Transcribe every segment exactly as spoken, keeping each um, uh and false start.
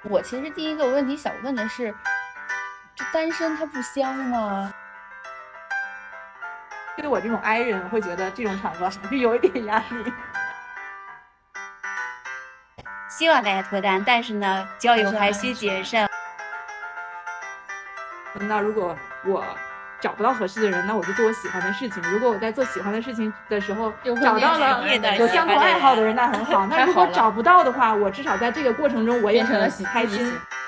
我其实第一个问题想问的是，这单身它不香吗？ 对我这种 I 人会觉得这种场合还是有一点压力。 希望大家脱单，但是呢，交友还需谨慎。 那如果我找不到合适的人，那我就做我喜欢的事情。如果我在做喜欢的事情的时候找到了有相同爱好的人，那很好。那如果找不到的话，我至少在这个过程中我也变成了开心。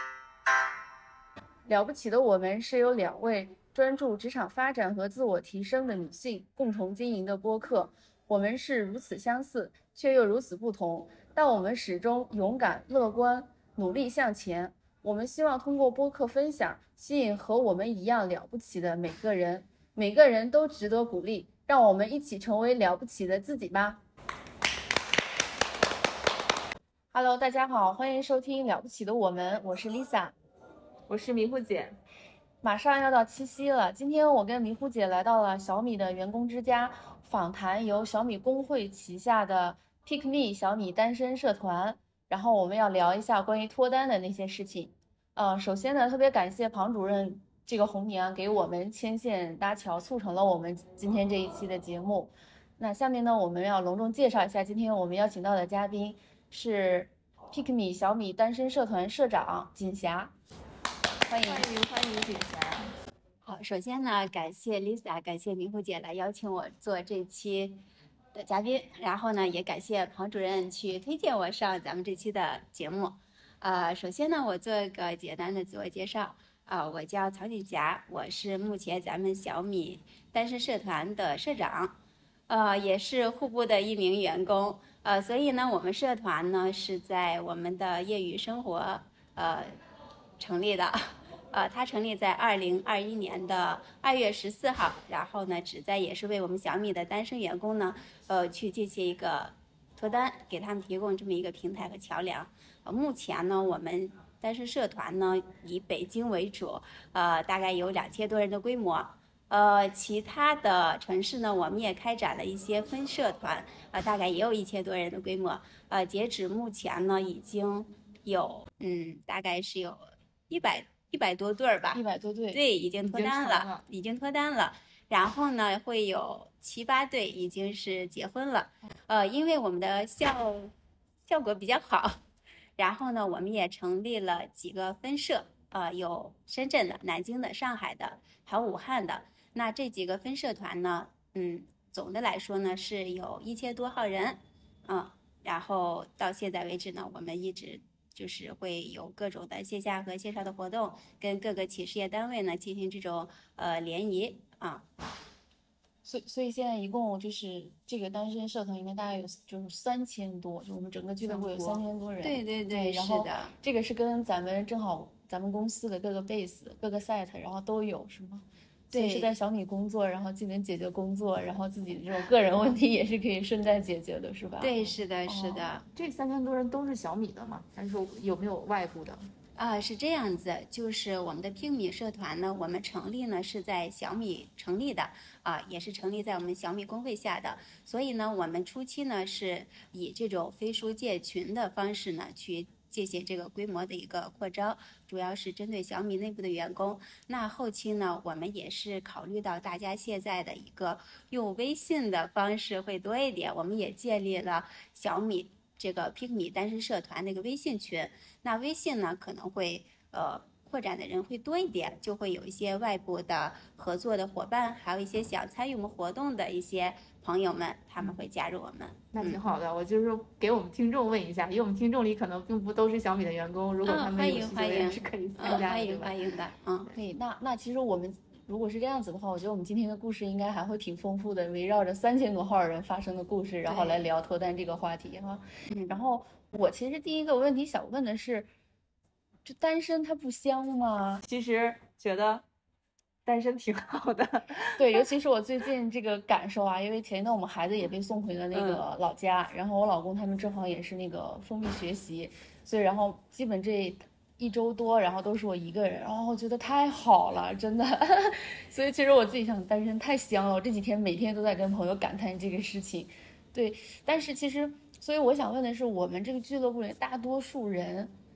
了不起的我们是由两位专注职场发展和自我提升的女性共同经营的播客。我们是如此相似，却又如此不同，但我们始终勇敢、乐观、努力向前。我们希望通过播客分享，吸引和我们一样了不起的每个人，每个人都值得鼓励。让我们一起成为了不起的自己吧。Hello， 大家好，欢迎收听了不起的我们，我是 Lisa， 我是迷糊姐。 马上要到七夕了，今天我跟迷糊姐来到了小米的员工之家，访谈由小米工会旗下的 Pick Me 小米单身社团，然后我们要聊一下关于脱单的那些事情。呃，首先呢，特别感谢庞主任这个红娘给我们牵线搭桥，促成了我们今天这一期的节目。那下面呢，我们要隆重介绍一下今天我们邀请到的嘉宾是 Pick Me 小米单身社团社长锦霞。欢迎欢迎欢迎锦霞。 好，首先呢，感谢 Lisa， 感谢迷糊姐来邀请我做这期的嘉宾，然后呢，也感谢庞主任去推荐我上咱们这期的节目。呃，首先呢，我做一个简单的自我介绍。啊、呃，我叫曹锦霞，我是目前咱们小米单身社团的社长，呃，也是户部的一名员工。呃，所以呢，我们社团呢是在我们的业余生活呃成立的。呃，它成立在二零二一年的二月十四号，然后呢，旨在也是为我们小米的单身员工呢，呃，去进行一个脱单，给他们提供这么一个平台和桥梁。呃，目前呢，我们单身社团呢以北京为主，呃，大概有两千多人的规模。呃，其他的城市呢，我们也开展了一些分社团，呃，大概也有一千多人的规模。呃，截止目前呢，已经有嗯，大概是有一百。一百多对儿吧， 一百多对， 对，已经脱单了，了已经脱单了。然后呢，会有七八对已经是结婚了。呃，因为我们的效效果比较好，然后呢，我们也成立了几个分社，呃，有深圳的、南京的、上海的，还有武汉的。那这几个分社团呢，嗯，总的来说呢是有一千多号人，嗯，然后到现在为止呢，我们一直。就是会有各种的线下和线上的活动，跟各个企事业单位呢进行这种呃联谊啊。 所以所以现在一共就是这个单身社团里面大概有就是三千多，就我们整个俱乐部有三千多人。 对对对， 然后是的， 这个是跟咱们正好咱们公司的各个 base 各个 site 然后都有是吗？对，是在小米工作，然后既能解决工作，然后自己的这种个人问题也是可以顺带解决的，是吧？ 对，是的，是的。 哦、这三千多人都是小米的吗？还是说有没有外部的？ 啊、呃，是这样子，就是我们的Pick Me社团呢，我们成立呢是在小米成立的啊、呃，也是成立在我们小米工会下的，所以呢，我们初期呢是以这种飞书建群的方式呢去进行这个规模的一个扩招，主要是针对小米内部的员工。那后期呢，我们也是考虑到大家现在的一个用微信的方式会多一点，我们也建立了小米这个 Pick Me 单身社团的一个微信群。那微信呢可能会呃扩展的人会多一点，就会有一些外部的合作的伙伴，还有一些想参与我们活动的一些朋友们，他们会加入我们。 那挺好的，嗯、我就是给我们听众问一下，因为我们听众里可能并不都是小米的员工，如果他们有需求也是可以参加的， 嗯、欢迎欢迎的，嗯， 可以。那那其实我们如果是这样子的话，我觉得我们今天的故事应该还会挺丰富的，围绕着三千多号人发生的故事，然后来聊脱单这个话题哈。嗯，然后我其实第一个问题想问的是，这单身它不香吗？ 其实觉得单身挺好的。 对，尤其是我最近这个感受啊，因为前一段我们孩子也被送回了那个老家，嗯、然后我老公他们正好也是那个封闭学习，所以然后基本这一周多，然后都是我一个人，然后我觉得太好了，真的。所以其实我自己想，单身太香了，我这几天每天都在跟朋友感叹这个事情。对，但是其实，所以我想问的是，我们这个俱乐部里大多数人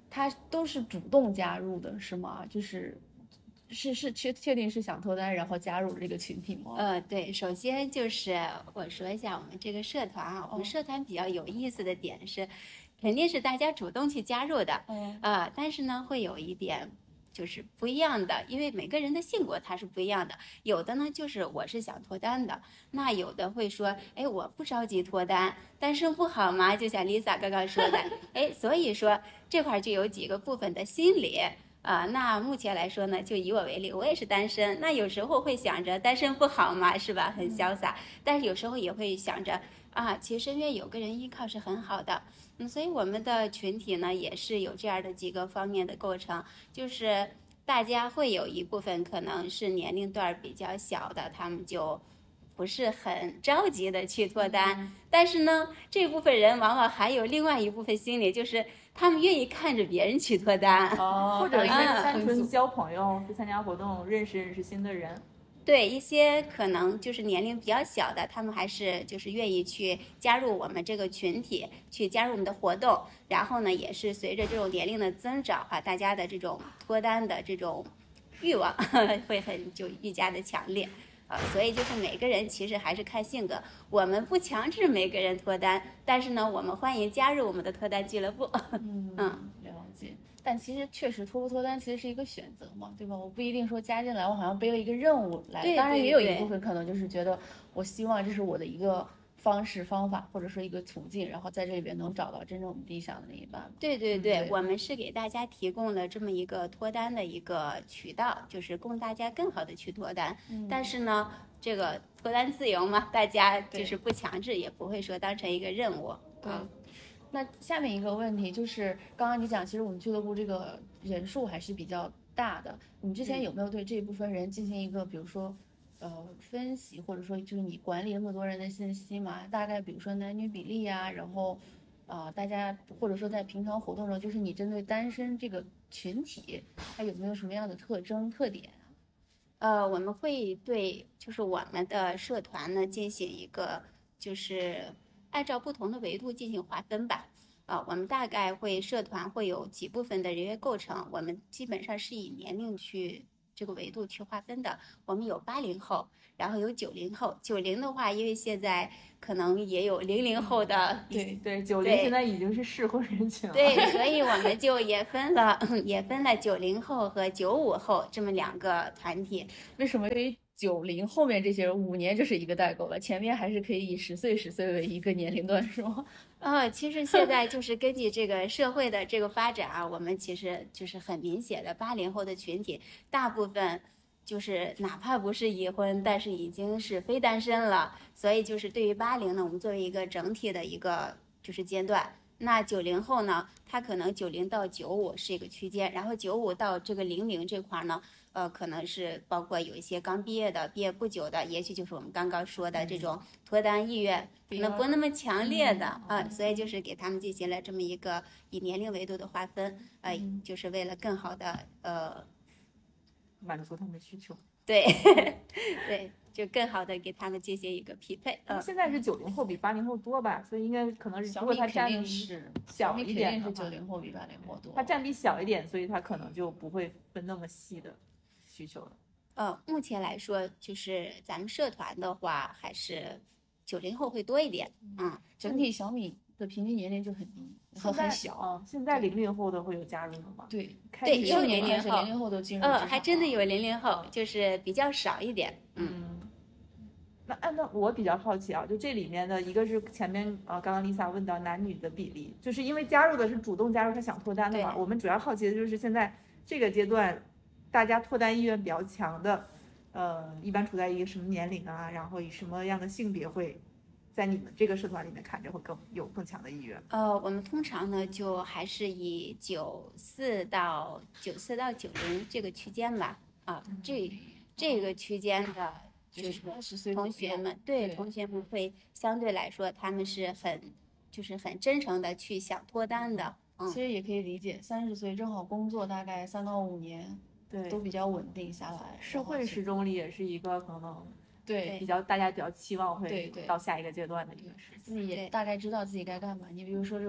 他都是主动加入的，是吗？就是是是确确定是想脱单，然后加入这个群体吗？ 呃，对，首先就是我说一下我们这个社团啊，我们社团比较有意思的点是，肯定是大家主动去加入的， 嗯， 呃，但是呢，会有一点就是不一样的，因为每个人的性格它是不一样的。有的呢，就是我是想脱单的，那有的会说，哎，我不着急脱单，单身不好吗？就像 Lisa 刚刚说的，哎，所以说这块就有几个部分的心理。啊、呃，那目前来说呢，就以我为例，我也是单身。那有时候会想着单身不好嘛，是吧？很潇洒。但是有时候也会想着啊，其实身边有个人依靠是很好的。嗯，所以我们的群体呢，也是有这样的几个方面的构成，就是大家会有一部分可能是年龄段比较小的，他们就不是很着急的去脱单。嗯、但是呢，这部分人往往还有另外一部分心理，就是他们愿意看着别人去脱单， 哦，或者是单纯交朋友，去参加活动，认识认识新的人。 对，一些可能就是年龄比较小的，他们还是就是愿意去加入我们这个群体，去加入我们的活动。然后呢，也是随着这种年龄的增长啊，大家的这种脱单的这种欲望呵呵会很就愈加的强烈啊。所以就是每个人其实还是看性格，我们不强制每个人脱单，但是呢，我们欢迎加入我们的脱单俱乐部。 嗯，嗯了解。但其实确实脱不脱单其实是一个选择嘛，对吧？我不一定说加进来我好像背了一个任务来， 对对对， 当然也有一部分可能就是觉得我希望这是我的一个方式方法，或者说一个途径，然后在这里边能找到真正理想的那一半。 对对对，对，我们是给大家提供了这么一个脱单的一个渠道，就是供大家更好的去脱单。嗯、但是呢，这个脱单自由嘛，大家就是不强制，也不会说当成一个任务。 对。嗯，那下面一个问题就是，刚刚你讲，其实我们俱乐部这个人数还是比较大的。你之前有没有对这一部分人进行一个，比如说，呃，分析，或者说就是你管理那么多人的信息嘛？大概比如说男女比例啊，然后，啊、呃，大家或者说在平常活动中，就是你针对单身这个群体，它有没有什么样的特征特点啊？ 呃，我们会对就是我们的社团呢进行一个就是按照不同的维度进行划分吧。啊，我们大概会社团会有几部分的人员构成，我们基本上是以年龄去这个维度去划分的。我们有八零后，然后有九零后。九零的话，因为现在可能也有零零后的， 对对，九零现在已经是适婚人群了。 对，所以我们就也分了，也分了九零后和九五后这么两个团体。 为什么对于九零后面这些人五年就是一个代沟了，前面还是可以以十岁十岁为一个年龄段，是吗？ 呃，其实现在就是根据这个社会的这个发展啊，我们其实就是很明显的，八零后的群体大部分就是哪怕不是已婚，但是已经是非单身了。所以就是对于八零呢，我们作为一个整体的一个就是阶段。那九零后呢，他可能九零到九五是一个区间，然后九五到这个零零这块呢，呃，可能是包括有一些刚毕业的、毕业不久的，也许就是我们刚刚说的这种脱单意愿可能不那么强烈的啊、呃，所以就是给他们进行了这么一个以年龄维度的划分，呃，就是为了更好的呃满足他们的需求。 对对，就更好的给他们进行一个匹配。 嗯，现在是九零后比八零后多吧，所以应该可能是如果他占比小一点， 是九零后比八零后多。 他占比小一点，所以他可能就不会分那么细的需求了。 呃，目前来说，就是咱们社团的话，还是九零后会多一点。嗯， 整体小米的平均年龄就很低，很很小。 嗯，现在零零后的会有加入的吗？ 对， 对，有零零后，零零后都进入。 嗯，还真的有零零后，就是比较少一点。嗯。 那按照我比较好奇啊，就这里面的一个是前面呃，刚刚 Lisa 问到男女的比例，就是因为加入的是主动加入他想脱单的嘛，我们主要好奇的就是现在这个阶段，大家脱单意愿比较强的，呃，一般处在一个什么年龄啊，然后以什么样的性别会在你们这个社团里面看着会更有更强的意愿？ 呃，我们通常呢就还是以九四到九四到九零这个区间吧，啊，这这个区间的。就是同学们，对同学们会相对来说，他们是很，就是很真诚的去想脱单的。 嗯，其实也可以理解，三十岁正好工作大概三到五年， 对， 都比较稳定下来。 社会时钟里也是一个可能对比较大家比较期望会对对到下一个阶段的一个事情， 自己也大概知道自己该干嘛。你比如说这种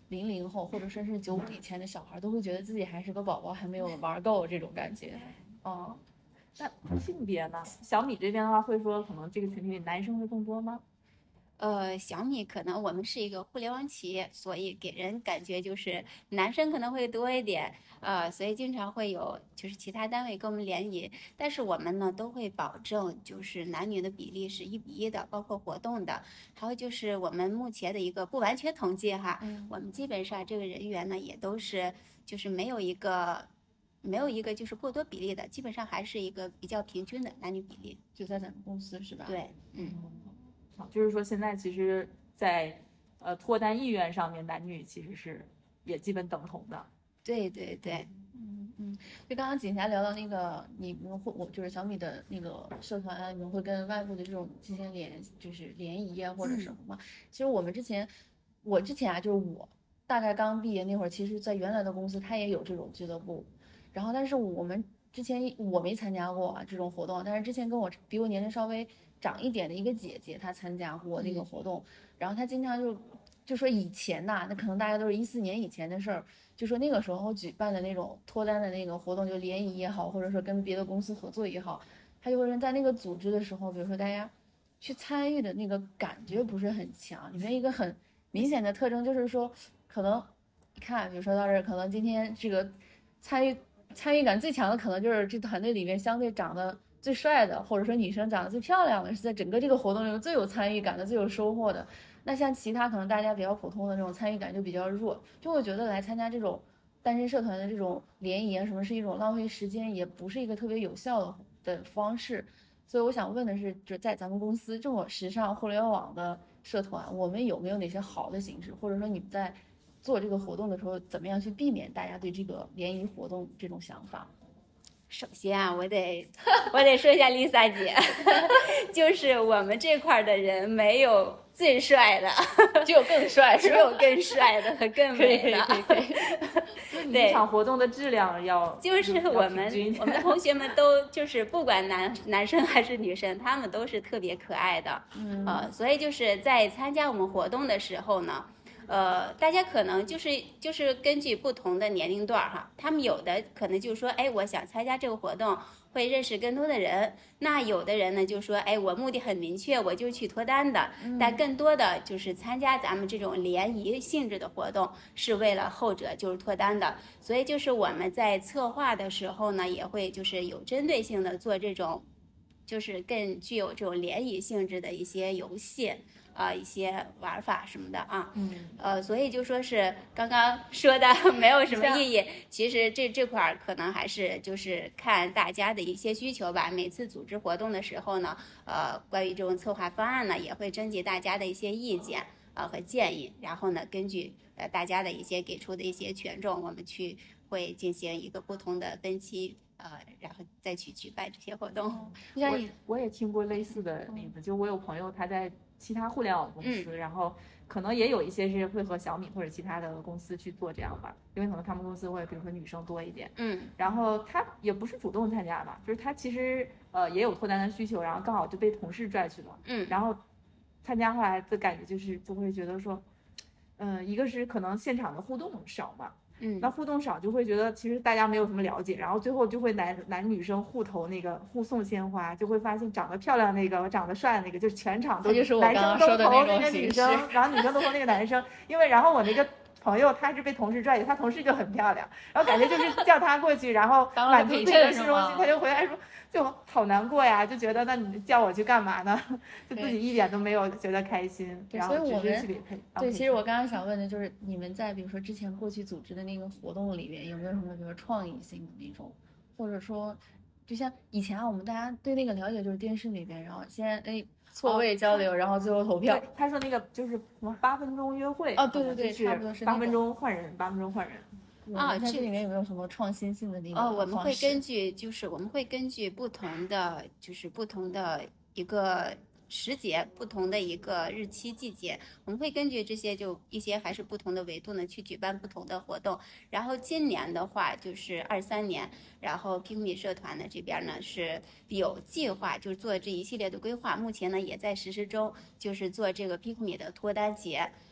零零后或者说是九五以前的小孩都会觉得自己还是个宝宝，还没有玩够这种感觉。哦， 那性别呢？小米这边的话会说可能这个群体里男生会更多吗？ 呃，小米可能我们是一个互联网企业，所以给人感觉就是男生可能会多一点，呃，所以经常会有就是其他单位跟我们联谊，但是我们呢都会保证就是男女的比例是一比一的，包括活动的，还有就是我们目前的一个不完全统计哈，嗯、我们基本上这个人员呢也都是就是没有一个没有一个就是过多比例的，基本上还是一个比较平均的男女比例， 就在咱们公司是吧？ 对，嗯。 就是说现在其实在呃脱单意愿上面男女其实是也基本等同的。 对对对， 嗯嗯，就刚刚景霞聊到那个你们会我就是小米的那个社团啊，你们会跟外部的这种进行联就是联谊啊或者什么吗？嗯、其实我们之前我之前啊就是我大概刚毕业那会儿，其实在原来的公司它也有这种俱乐部，然后但是我们之前我没参加过啊这种活动，但是之前跟我比我年龄稍微长一点的一个姐姐，她参加过那个活动，嗯、然后她经常就就说以前呐、啊，那可能大家都是一四年以前的事儿，就说那个时候举办的那种脱单的那个活动，就联谊也好，或者说跟别的公司合作也好，她就会在那个组织的时候，比如说大家去参与的那个感觉不是很强，里面一个很明显的特征就是说，可能你看，比如说到这儿，可能今天这个参与参与感最强的，可能就是这团队里面相对长得最帅的，或者说女生长得最漂亮的，是在整个这个活动中最有参与感的、最有收获的。那像其他可能大家比较普通的那种参与感就比较弱，就会觉得来参加这种单身社团的这种联谊啊什么是一种浪费时间，也不是一个特别有效的的方式。所以我想问的是，就是在咱们公司这么时尚互联网的社团，我们有没有哪些好的形式，或者说你们在做这个活动的时候，怎么样去避免大家对这个联谊活动这种想法？ 首先啊，我得我得说一下 Lisa 姐，就是我们这块的人没有最帅的， 只有更帅， 只有更帅的和更美的。 可以可以可以。 对， 一场活动的质量要就是我们我们的同学们都就是不管男男生还是女生，他们都是特别可爱的。嗯，呃，所以就是在参加我们活动的时候呢。呃，大家可能就是就是根据不同的年龄段哈，他们有的可能就说，哎，我想参加这个活动，会认识更多的人。那有的人呢就说，哎，我目的很明确，我就去脱单的。嗯、但更多的就是参加咱们这种联谊性质的活动，是为了后者就是脱单的。所以就是我们在策划的时候呢，也会就是有针对性的做这种，就是更具有这种联谊性质的一些游戏。啊、呃，一些玩法什么的啊，嗯，呃，所以就说是刚刚说的没有什么意义。其实这这块儿可能还是就是看大家的一些需求吧。每次组织活动的时候呢，呃，关于这种策划方案呢，也会征集大家的一些意见啊、呃、和建议，然后呢，根据呃大家的一些给出的一些权重，我们去会进行一个不同的分期。呃，然后再去举办这些活动。 我我也听过类似的例子，就我有朋友他在其他互联网公司，嗯、然后可能也有一些是会和小米或者其他的公司去做这样吧，因为可能他们公司会比如说女生多一点，嗯，然后他也不是主动参加吧，就是他其实呃也有脱单的需求，然后刚好就被同事拽去了，嗯，然后参加后来的感觉就是就会觉得说，嗯、呃，一个是可能现场的互动少嘛。嗯，那互动少就会觉得其实大家没有什么了解，然后最后就会男男女生互投那个互送鲜花，就会发现长得漂亮那个长得帅那个就是全场都男生都投那个女生，然后女生都投那个男生，因为然后我那个朋友他是被同事拽，他同事就很漂亮，然后感觉就是叫他过去，然后满足自己的虚荣心，他就回来说就好难过呀，就觉得那你叫我去干嘛呢？就自己一点都没有觉得开心，然后只是去给配。 对，其实我刚刚想问的就是，你们在比如说之前过去组织的那个活动里面，有没有什么比如说创意性的那种，或者说，就像以前啊，我们大家对那个了解就是电视里边，然后先哎错位交流，哦、然后最后投票。 他说那个就是什么八分钟约会。 哦，对对对，差不多是八分钟换人，八分钟换人。 啊，这里面有没有什么创新性的那个？ 哦，我们会根据就是我们会根据不同的就是不同的一个时节、不同的一个日期季节，我们会根据这些就一些还是不同的维度呢去举办不同的活动。然后今年的话就是二三年，然后 Pick Me 社团呢这边呢是有计划就是做这一系列的规划，目前呢也在实施中，就是做这个 Pick Me 的脱单节。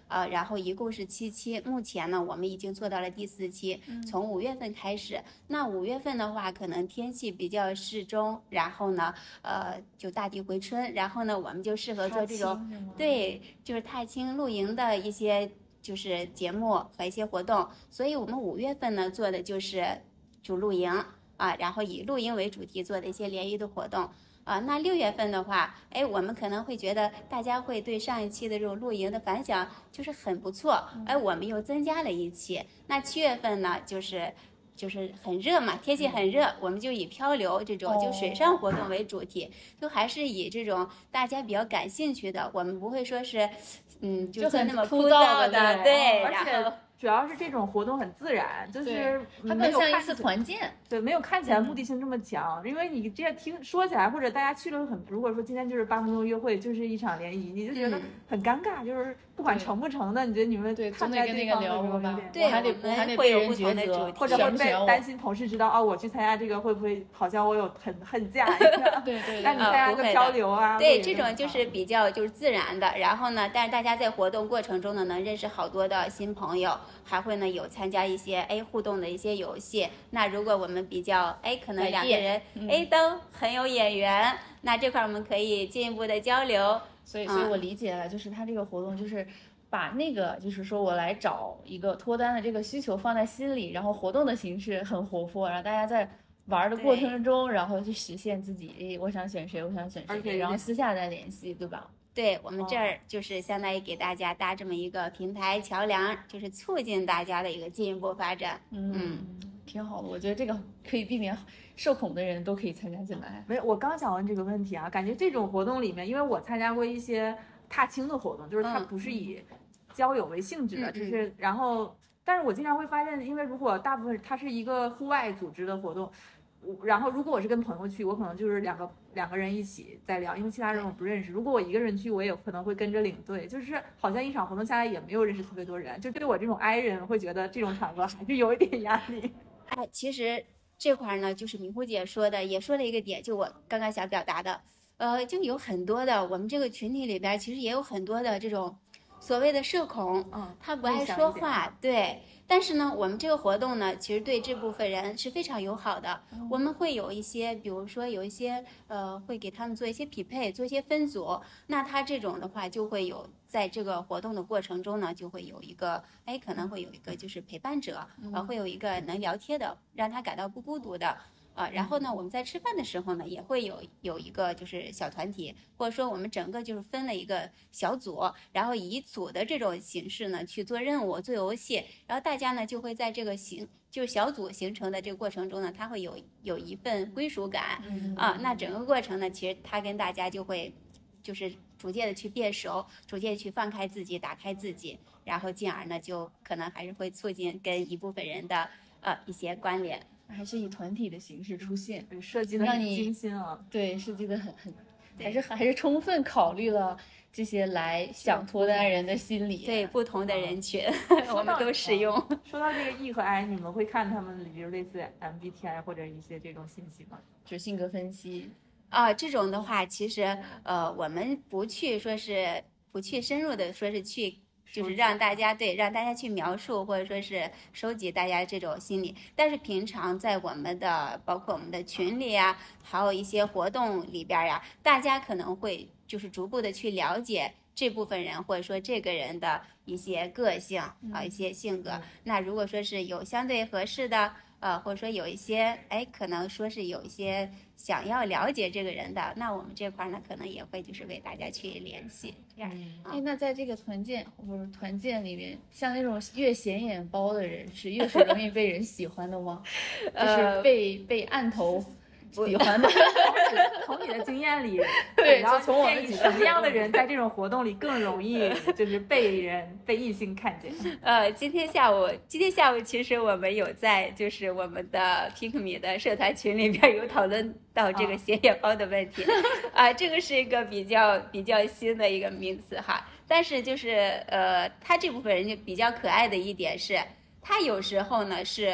呃，然后一共是七期，目前呢我们已经做到了第四期，从五月份开始。那五月份的话，可能天气比较适中，然后呢，呃，就大地回春，然后呢，我们就适合做这种对，就是踏青露营的一些就是节目和一些活动。所以我们五月份呢做的就是主露营啊，然后以露营为主题做的一些联谊的活动。啊，那六月份的话，哎，我们可能会觉得大家会对上一期的这种露营的反响就是很不错，哎，我们又增加了一期。那七月份呢，就是就是很热嘛，天气很热，我们就以漂流这种就水上活动为主题，就还是以这种大家比较感兴趣的，我们不会说是，嗯，就很那么枯燥的， 对， 然后。 主要是这种活动很自然，就是它更像一次团建， 对，没有看起来目的性这么强。嗯、因为你这样听说起来，或者大家去了很，如果说今天就是八分钟约会，就是一场联谊，你就觉得很尴尬，嗯、就是不管成不成的，你觉得你们对看待对方的时候有点， 对， 还得还得会有人抉择， 或者会被担心同事知道哦，我去参加这个会不会好像我有很恨嫁一样？对对， 让你参加个漂流啊， 对，这种就是比较就是自然的。然后呢，但是大家在活动过程中呢，能认识好多的新朋友，还会呢有参加一些哎互动的一些游戏。那如果我们比较哎可能两个人哎都很有眼缘，嗯、那这块我们可以进一步的交流。 所以，所以我理解了，就是他这个活动就是把那个就是说我来找一个脱单的这个需求放在心里，然后活动的形式很活泼，然后大家在玩的过程中，然后去实现自己，哎，我想选谁，我想选谁，然后私下再联系，对吧？ 对，我们这儿就是相当于给大家搭这么一个平台桥梁，就是促进大家的一个进一步发展。 嗯，嗯挺好的，我觉得这个可以避免社恐的人都可以参加进来。 没有，我刚想问这个问题啊，感觉这种活动里面，因为我参加过一些踏青的活动，就是它不是以交友为性质的， 嗯、 就是然后，但是我经常会发现，因为如果大部分它是一个户外组织的活动。然后，如果我是跟朋友去，我可能就是两个两个人一起在聊，因为其他人我不认识。如果我一个人去，我也可能会跟着领队，就是好像一场活动下来也没有认识特别多人。就对我这种 I 人，会觉得这种场合还是有一点压力。 哎，其实这块呢，就是明湖姐说的，也说了一个点，就我刚刚想表达的，呃，就有很多的我们这个群体里边，其实也有很多的这种所谓的社恐， 嗯， 他不爱说话，对。但是呢，我们这个活动呢，其实对这部分人是非常友好的。嗯、我们会有一些，比如说有一些，呃，会给他们做一些匹配，做一些分组。那他这种的话，就会有在这个活动的过程中呢，就会有一个，哎，可能会有一个就是陪伴者，呃，会有一个能聊天的，让他感到不孤独的。啊，然后呢，我们在吃饭的时候呢，也会有有一个就是小团体，或者说我们整个就是分了一个小组，然后以组的这种形式呢去做任务、做游戏，然后大家呢就会在这个形就是小组形成的这个过程中呢，他会有有一份归属感啊。那整个过程呢，其实他跟大家就会就是逐渐的去变熟，逐渐去放开自己、打开自己，然后进而呢就可能还是会促进跟一部分人的呃一些关联。 还是以团体的形式出现， 设计的很精心啊。 对，设计的很很，还是还是充分考虑了这些来想脱单人的心理， 对不同的人群，我们都使用。 说到这个 E 和 I， 你们会看他们，比如类似 M B T I 或者一些这种信息吗？ 就性格分析啊，这种的话，其实呃，我们不去说是不去深入的说是去。就是让大家对让大家去描述或者说是收集大家这种心理，但是平常在我们的包括我们的群里啊，还有一些活动里边呀、啊，大家可能会就是逐步的去了解这部分人或者说这个人的一些个性啊、一些性格。那如果说是有相对合适的。呃，或者说有一些，哎，可能说是有一些想要了解这个人的，那我们这块呢，可能也会就是为大家去联系。 哎、嗯，那在这个团建或者团建里面，像那种越显眼包的人，是越是容易被人喜欢的吗？就是被被按头喜欢的。 从你的经验里， 对， 然后从我建议什么样的人在这种活动里更容易就是被人被异性看见？ 呃，今天下午，今天下午其实我们有在就是我们的 Pick Me 的社团群里边有讨论到这个显眼包的问题，啊、呃，这个是一个比较比较新的一个名词哈。但是就是呃，他这部分人就比较可爱的一点是，他有时候呢是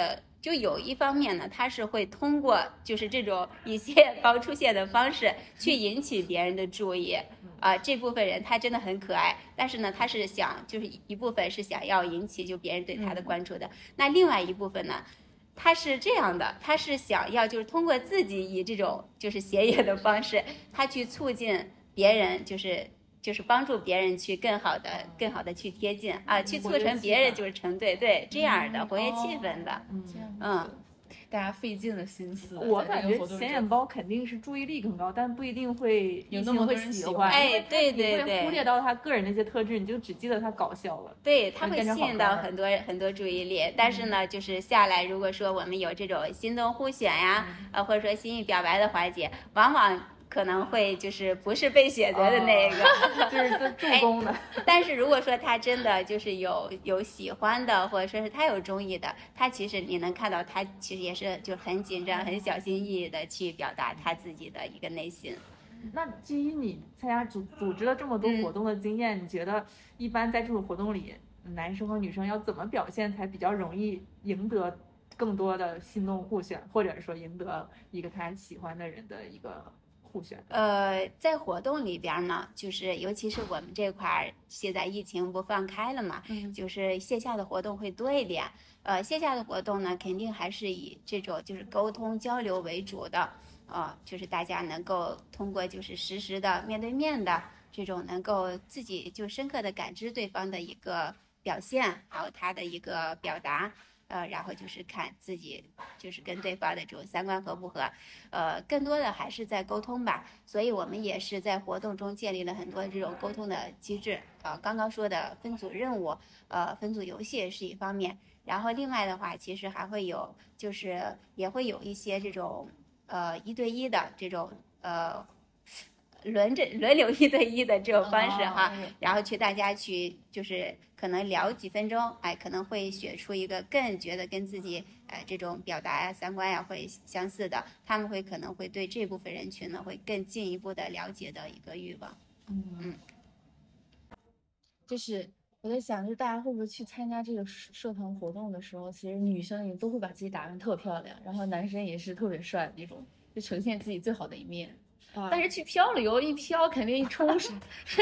就有一方面呢，他是会通过就是这种一些包出现的方式去引起别人的注意啊、呃，这部分人他真的很可爱，但是呢，他是想就是一部分是想要引起就别人对他的关注的，那另外一部分呢，他是这样的，他是想要就是通过自己以这种就是写野的方式，他去促进别人就是就是帮助别人去更好的更好的去贴近啊，去促成别人就是成对对这样的活跃气氛的， 嗯， 嗯， 大家费尽了心思。 我感觉显眼包肯定是注意力更高，但不一定会有那么多人喜欢。 哎，对对对， 你会忽略到他个人的一些特质，你就只记得他搞笑了。 对，他会吸引到很多很多注意力。但是呢，就是下来，如果说我们有这种心动互选呀，呃，或者说心意表白的环节，往往可能会就是不是被选择的那个， 哦、就是助攻的、 哎。但是如果说他真的就是有有喜欢的，或者说是他有中意的，他其实你能看到他其实也是就很紧张、很小心翼翼的去表达他自己的一个内心。 那基于你参加组组织了这么多活动的经验，嗯、你觉得一般在这种活动里，男生和女生要怎么表现才比较容易赢得更多的心动互选，或者说赢得一个他喜欢的人的一个？互选呃，在活动里边呢，就是尤其是我们这块现在疫情不放开了嘛， 嗯， 就是线下的活动会多一点。呃，线下的活动呢，肯定还是以这种就是沟通交流为主的，呃，就是大家能够通过就是实时的面对面的这种能够自己就深刻的感知对方的一个表现，还有他的一个表达。呃，然后就是看自己就是跟对方的这种三观合不合，呃，更多的还是在沟通吧。所以我们也是在活动中建立了很多这种沟通的机制。呃，刚刚说的分组任务，呃，分组游戏是一方面，然后另外的话，其实还会有就是也会有一些这种呃一对一的这种呃。轮着轮流一对一的这种方式哈，哦、然后去大家去就是可能聊几分钟，哎，可能会选出一个更觉得跟自己哎这种表达呀、三观呀会相似的，他们会可能会对这部分人群呢会更进一步的了解的一个欲望。 嗯嗯，就是我在想，就大家会不会去参加这个社团活动的时候，其实女生也都会把自己打扮特漂亮，然后男生也是特别帅的那种，就呈现自己最好的一面。啊、但是去漂流一漂肯定一冲是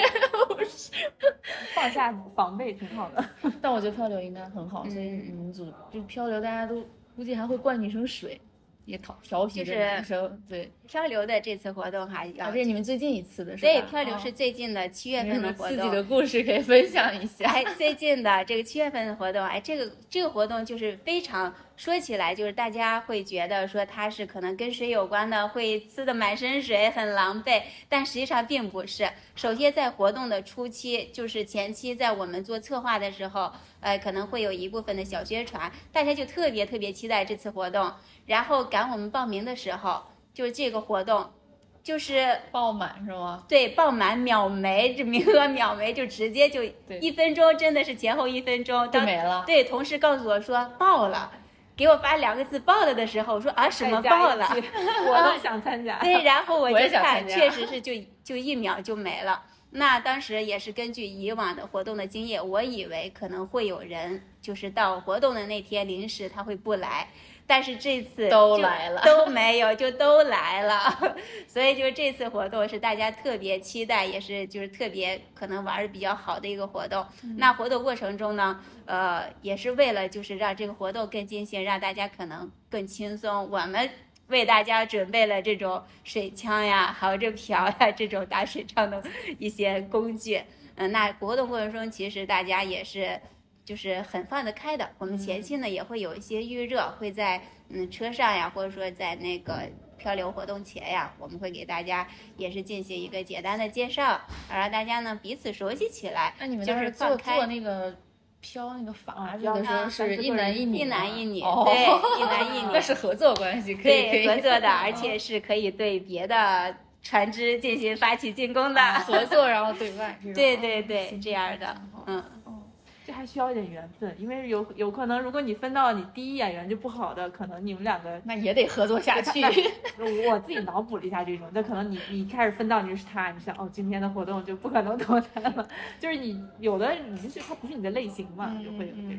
放下防备挺好的。 但我觉得漂流应该很好，所以你们组就漂流，大家都估计还会灌女生水，也调调皮着男生。就是、对漂流的这次活动还要， 啊，这是你们最近一次的是吧？ 对，漂流是最近的七月份的活动。 自己的故事可以分享一下。 哎，最近的这个七月份的活动，哎，这个这个活动就是非常。说起来就是大家会觉得说它是可能跟水有关的，会呲得满身水很狼狈，但实际上并不是。首先在活动的初期，就是前期在我们做策划的时候，呃，可能会有一部分的小宣传，大家就特别特别期待这次活动，然后赶我们报名的时候，就是这个活动就是爆满是吗？ 对，爆满秒没，这名额秒没，就直接就一分钟，真的是前后一分钟就没了。 对，同事告诉我说爆了。给我发两个字爆了的时候，我说啊什么爆了？ 我都想参加。 对，然后我就看，确实是就就一秒就没了。那当时也是根据以往的活动的经验，我以为可能会有人就是到活动的那天临时他会不来，但是这次都来了， 都没有，就都来了。所以就这次活动是大家特别期待，也是就是特别可能玩的比较好的一个活动。嗯、那活动过程中呢，呃，也是为了就是让这个活动更尽兴，让大家可能更轻松。我们为大家准备了这种水枪呀，还有这瓢呀，这种打水仗的一些工具。嗯、呃，那活动过程中其实大家也是。就是很放得开的，我们前期呢也会有一些预热，会在嗯车上呀，或者说在那个漂流活动前呀，我们会给大家也是进行一个简单的介绍，让大家呢彼此熟悉起来。 那你们就是做放开做那个漂那个筏子的时候是一男一女， 一男一女， 哦、 对，一男一女， 那是合作关系，可以可以合作的，而且是可以对别的船只进行发起进攻的， 啊、合作然后对外， 对对对，这样的，嗯。 这还需要一点缘分，因为有有可能，如果你分到你第一眼缘就不好的，可能你们两个那也得合作下去。 我自己脑补了一下这种，那可能你你开始分到你是他，你想哦，今天的活动就不可能脱单了，就是你有的已经是他不是你的类型嘛，嗯、就会有这种。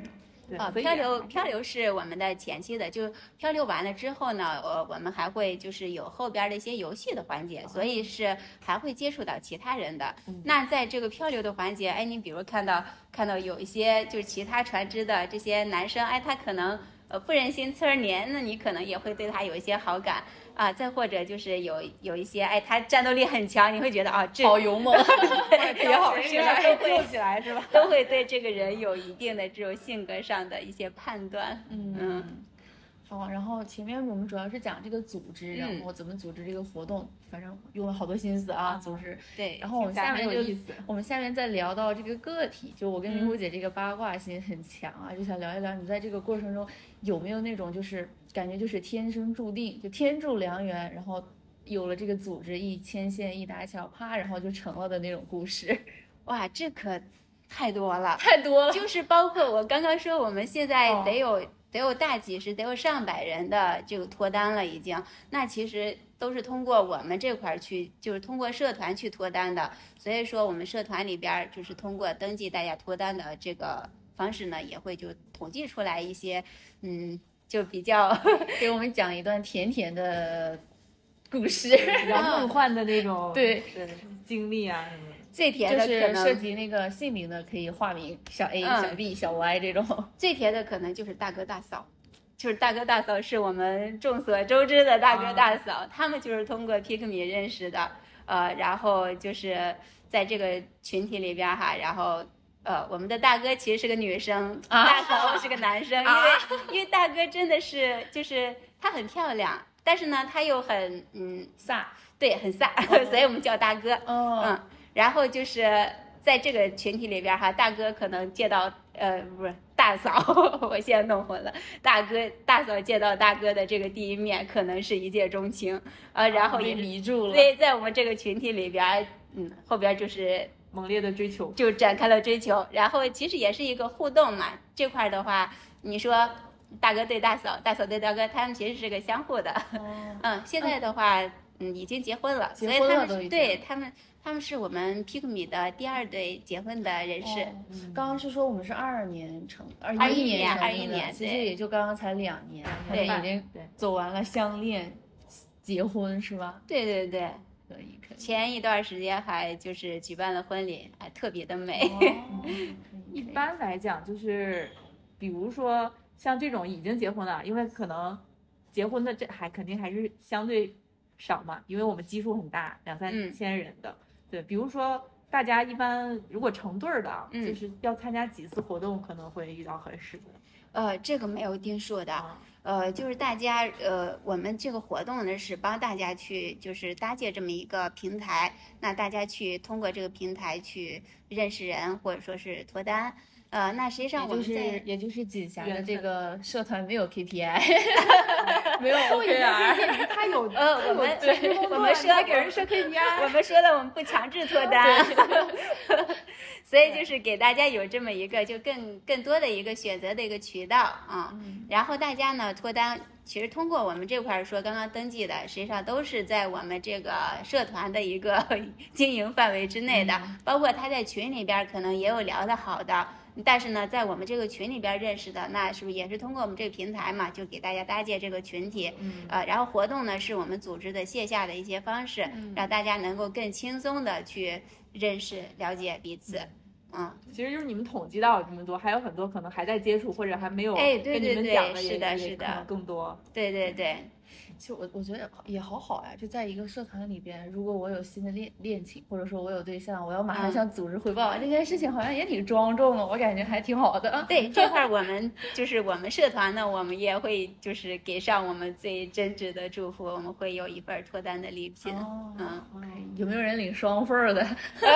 啊，漂流漂流是我们的前期的，就漂流完了之后呢，呃，我们还会就是有后边的一些游戏的环节，所以是还会接触到其他人的。 嗯、 那在这个漂流的环节，哎，你比如看到看到有一些就是其他船只的这些男生，哎，他可能呃不忍心呲儿黏，那你可能也会对他有一些好感。啊，再或者就是有有一些，哎，他战斗力很强，你会觉得啊，这好勇猛， 也好是吧？被救起来是吧？ 都会对这个人有一定的这种性格上的一些判断。 嗯嗯。好，然后前面我们主要是讲这个组织，然后怎么组织这个活动，反正用了好多心思啊，组织。 对。 然后我们下面就我们下面再聊到这个个体，就我跟明湖姐这个八卦心很强啊，就想聊一聊你在这个过程中有没有那种就是感觉就是天生注定，就天助良缘，然后有了这个组织一牵线一搭桥，啪，然后就成了的那种故事。 哇，这可太多了， 太多了， 就是包括我刚刚说，我们现在得有。哦得有大几十，得有上百人的这个脱单了已经，那其实都是通过我们这块去，就是通过社团去脱单的。所以说我们社团里边就是通过登记大家脱单的这个方式呢，也会就统计出来一些，嗯，就比较给我们讲一段甜甜的故事， 比较梦幻的那种对对经历啊什么的。 最甜的就是涉及那个姓名的可以化名，小 A、嗯、小 B、小 Y 这种。 最甜的可能就是大哥大嫂，就是大哥大嫂是我们众所周知的大哥大嫂，啊、他们就是通过 Pick Me 认识的，呃，然后就是在这个群体里边哈，然后呃，我们的大哥其实是个女生，啊、大嫂是个男生，啊、因为因为大哥真的是就是他很漂亮，但是呢他又很嗯飒， 对，很飒，哦、所以我们叫大哥， 哦、 嗯。然后就是在这个群体里边哈，大哥可能见到呃不是大嫂，我现在弄混了，大哥大嫂见到大哥的这个第一面，可能是一见钟情，呃，然后也迷住了。 所以在我们这个群体里边，嗯，后边就是猛烈的追求， 就展开了追求。然后其实也是一个互动嘛，这块的话，你说大哥对大嫂，大嫂对大哥，他们其实是个相互的。 哦、 嗯，现在的话，嗯，已经结婚了， 结婚了所以他们对他们。他们是我们 Pick Me 的第二对结婚的人士。 哦嗯、刚刚是说我们是二二年成，二一年二一年， 其实也就刚刚才两年，他们已经走完了相恋、结婚是吧？ 对对对， 可以可以。 前一段时间还就是举办了婚礼，还特别的美。 哦、 一般来讲，就是比如说像这种已经结婚了，因为可能结婚的这还肯定还是相对少嘛，因为我们基数很大，两三千人的。嗯对，比如说大家一般如果成对儿的， 嗯， 就是要参加几次活动可能会遇到合适的。 呃，这个没有定数的，呃，就是大家呃，我们这个活动呢是帮大家去就是搭建这么一个平台，那大家去通过这个平台去认识人或者说是脱单。呃，那实际上我们在也就是也就是锦霞的这个社团没有 K P I， 没有 O K R， 他有呃，我们我们说给人设 K P I， 我们说了我们不强制脱单，所以就是给大家有这么一个就更更多的一个选择的一个渠道啊、嗯。然后大家呢脱单，其实通过我们这块说刚刚登记的，实际上都是在我们这个社团的一个经营范围之内的， 嗯、 包括他在群里边可能也有聊得好的。但是呢，在我们这个群里边认识的，那是不是也是通过我们这个平台嘛，就给大家搭建这个群体， 嗯， 呃，然后活动呢是我们组织的线下的一些方式， 嗯、 让大家能够更轻松的去认识、了解彼此，嗯， 其实就是你们统计到这么多，还有很多可能还在接触或者还没有哎，对对对， 是的，是的， 更多， 对对对。 其实我我觉得也好好呀，就在一个社团里边，如果我有新的恋恋情，或者说我有对象，我要马上向组织汇报，嗯、这件事情好像也挺庄重的，我感觉还挺好的。 对这块我们就是我们社团呢，我们也会就是给上我们最真挚的祝福，我们会有一份脱单的礼品。 哦、 嗯， 有没有人领双份的？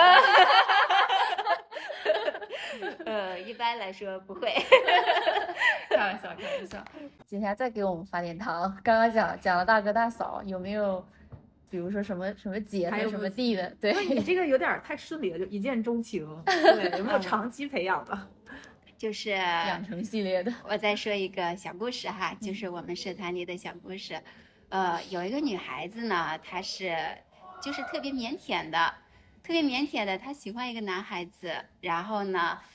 呃，一般来说不会。 开玩笑，开玩笑。接下来再给我们发点糖。刚刚讲讲了大哥大嫂，有没有，比如说什么什么姐还有什么弟的？对， 你这个有点太顺利了，就一见钟情。对，有没有长期培养的？ 就是养成系列的。 我再说一个小故事哈，就是我们社团里的小故事。呃，有一个女孩子呢，她是就是特别腼腆的。特别腼腆的，她喜欢一个男孩子，然后呢，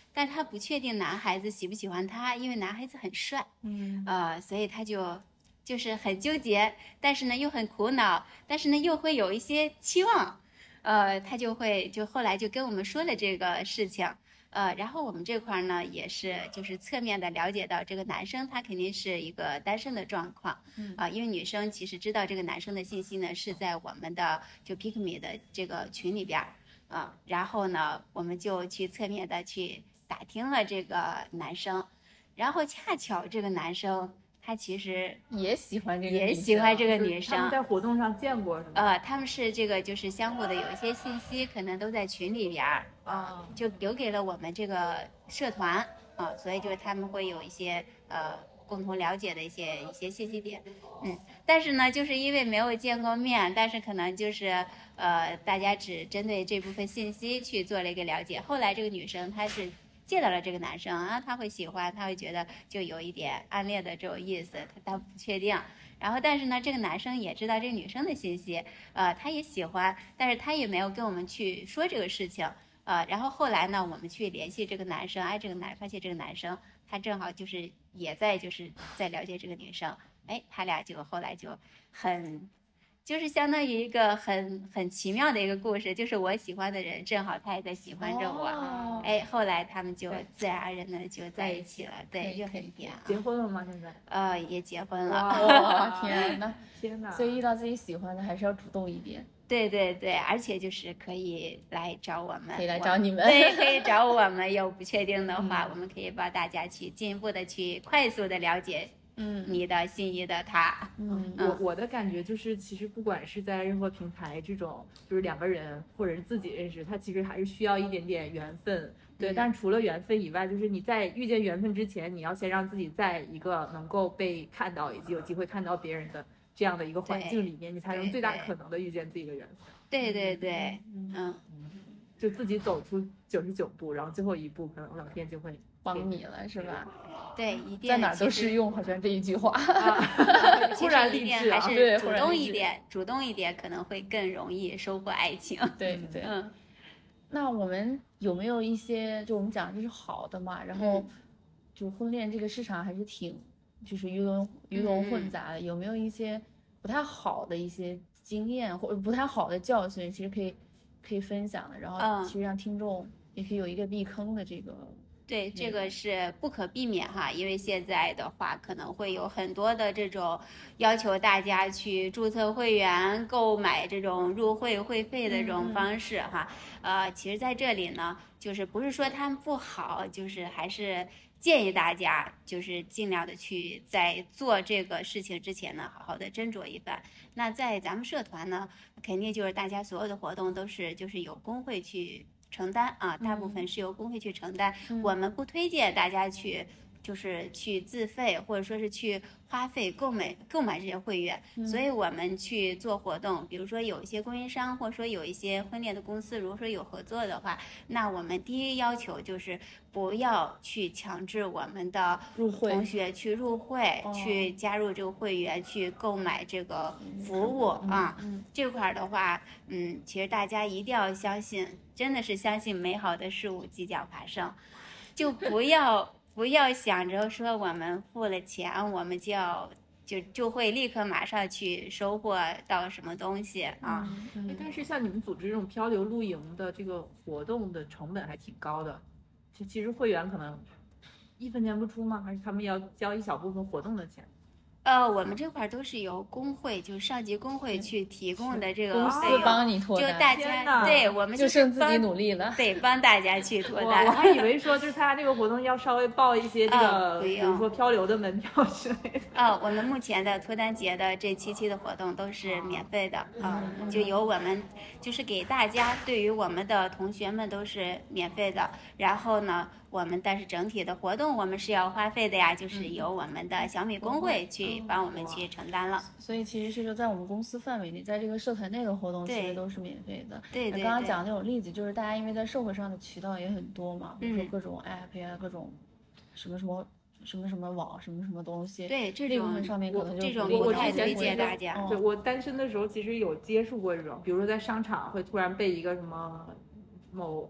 但是他不确定男孩子喜不喜欢他，因为男孩子很帅， 嗯， 呃，所以他就就是很纠结，但是呢又很苦恼，但是呢又会有一些期望，呃，他就会就后来就跟我们说了这个事情。呃，然后我们这块呢也是就是侧面的了解到这个男生他肯定是一个单身的状况，啊、 嗯呃，因为女生其实知道这个男生的信息呢是在我们的就 Pick Me 的这个群里边，啊、呃，然后呢我们就去侧面的去打听了这个男生，然后恰巧这个男生他其实也喜欢这个也喜欢这个女生， 他们在活动上见过是吗？ 呃，他们是这个就是相互的有一些信息，可能都在群里边儿啊，就留给了我们这个社团啊，所以就是他们会有一些呃共同了解的一些一些信息点，嗯，但是呢，就是因为没有见过面，但是可能就是呃大家只针对这部分信息去做了一个了解，后来这个女生她是见到了这个男生啊，他会喜欢，他会觉得就有一点暗恋的这种意思，他他不确定。然后，但是呢，这个男生也知道这个女生的信息，呃，他也喜欢，但是他也没有跟我们去说这个事情，呃，然后后来呢，我们去联系这个男生，哎，这个男发现这个男生他正好就是也在就是在了解这个女生，哎，他俩就后来就很。就是相当于一个很很奇妙的一个故事，就是我喜欢的人正好他也在喜欢着我， 哦、 哎，后来他们就自然而然的就在一起了，对，就很甜。 结婚了吗？现在？ 呃，也结婚了。 哇，天哪， 天哪！ 所以遇到自己喜欢的还是要主动一点。 对对对，而且就是可以来找我们， 可以来找你们， 对，可以找我们。有不确定的话，嗯、我们可以帮大家去进一步的去快速的了解。 嗯， 你的心仪的他， 嗯， 我我的感觉就是，其实不管是在任何平台，这种就是两个人或者是自己认识，他其实还是需要一点点缘分，对。嗯、但除了缘分以外，就是你在遇见缘分之前，你要先让自己在一个能够被看到以及有机会看到别人的这样的一个环境里面，你才能最大可能的遇见自己的缘分。 对对对，嗯，嗯就自己走出九十九步，然后最后一步，可能老天就会帮你了，是吧？ 对，一定在哪都适用，好像这一句话。 突然励志啊！还是主动一点，主动一点可能会更容易收获爱情。 对对， 嗯。 那我们有没有一些，就我们讲这是好的嘛？然后，就婚恋这个市场还是挺，就是鱼龙鱼龙混杂的。 嗯、 有没有一些不太好的一些经验或者不太好的教训，其实可以可以分享的？然后，其实让听众也可以有一个避坑的这个。 对，这个是不可避免哈，因为现在的话可能会有很多的这种要求大家去注册会员、购买这种入会会费的这种方式哈。嗯、呃，其实在这里呢，就是不是说他们不好，就是还是建议大家就是尽量的去在做这个事情之前呢，好好的斟酌一番。那在咱们社团呢，肯定就是大家所有的活动都是就是有工会去承担啊，大部分是由工会去承担， 嗯、 我们不推荐大家去，就是去自费或者说是去花费购买购买这些会员， 嗯、 所以我们去做活动，比如说有一些供应商或者说有一些婚恋的公司，如果说有合作的话，那我们第一要求就是不要去强制我们的同学去入会， 入会去加入这个会员，去购买这个服务、 嗯、 啊。 嗯、 这块的话，嗯，其实大家一定要相信。真的是相信美好的事物即将发生，就不要不要想着说我们付了钱，我们就要就就会立刻马上去收获到什么东西啊。 嗯嗯、但是像你们组织这种漂流露营的这个活动的成本还挺高的，其其实会员可能一分钱不出吗？还是他们要交一小部分活动的钱？ 呃，我们这块都是由工会，就上级工会去提供的这个公司帮你脱单， 就大家对我们就剩自己努力了， 对，帮大家去脱单。 我还以为说就是参加这个活动要稍微报一些这个， 哦、 比如说漂流的门票之类的。 哦，我们目前的脱单节的这七期的活动都是免费的啊、嗯，就由我们就是给大家，对于我们的同学们都是免费的。然后呢，我们但是整体的活动我们是要花费的呀，就是由我们的小米工会去帮我们去承担了。 所以其实是说在我们公司范围内，在这个社团内的活动其实都是免费的。 对对。 刚刚讲的那种例子，就是大家因为在社会上的渠道也很多嘛，比如说嗯各种 app 呀、各种什么什么什么什么网什么什么东西。 对，这部分上面可能就这种我太推荐大家。 对，我单身的时候其实有接触过这种，比如说在商场会突然被一个什么某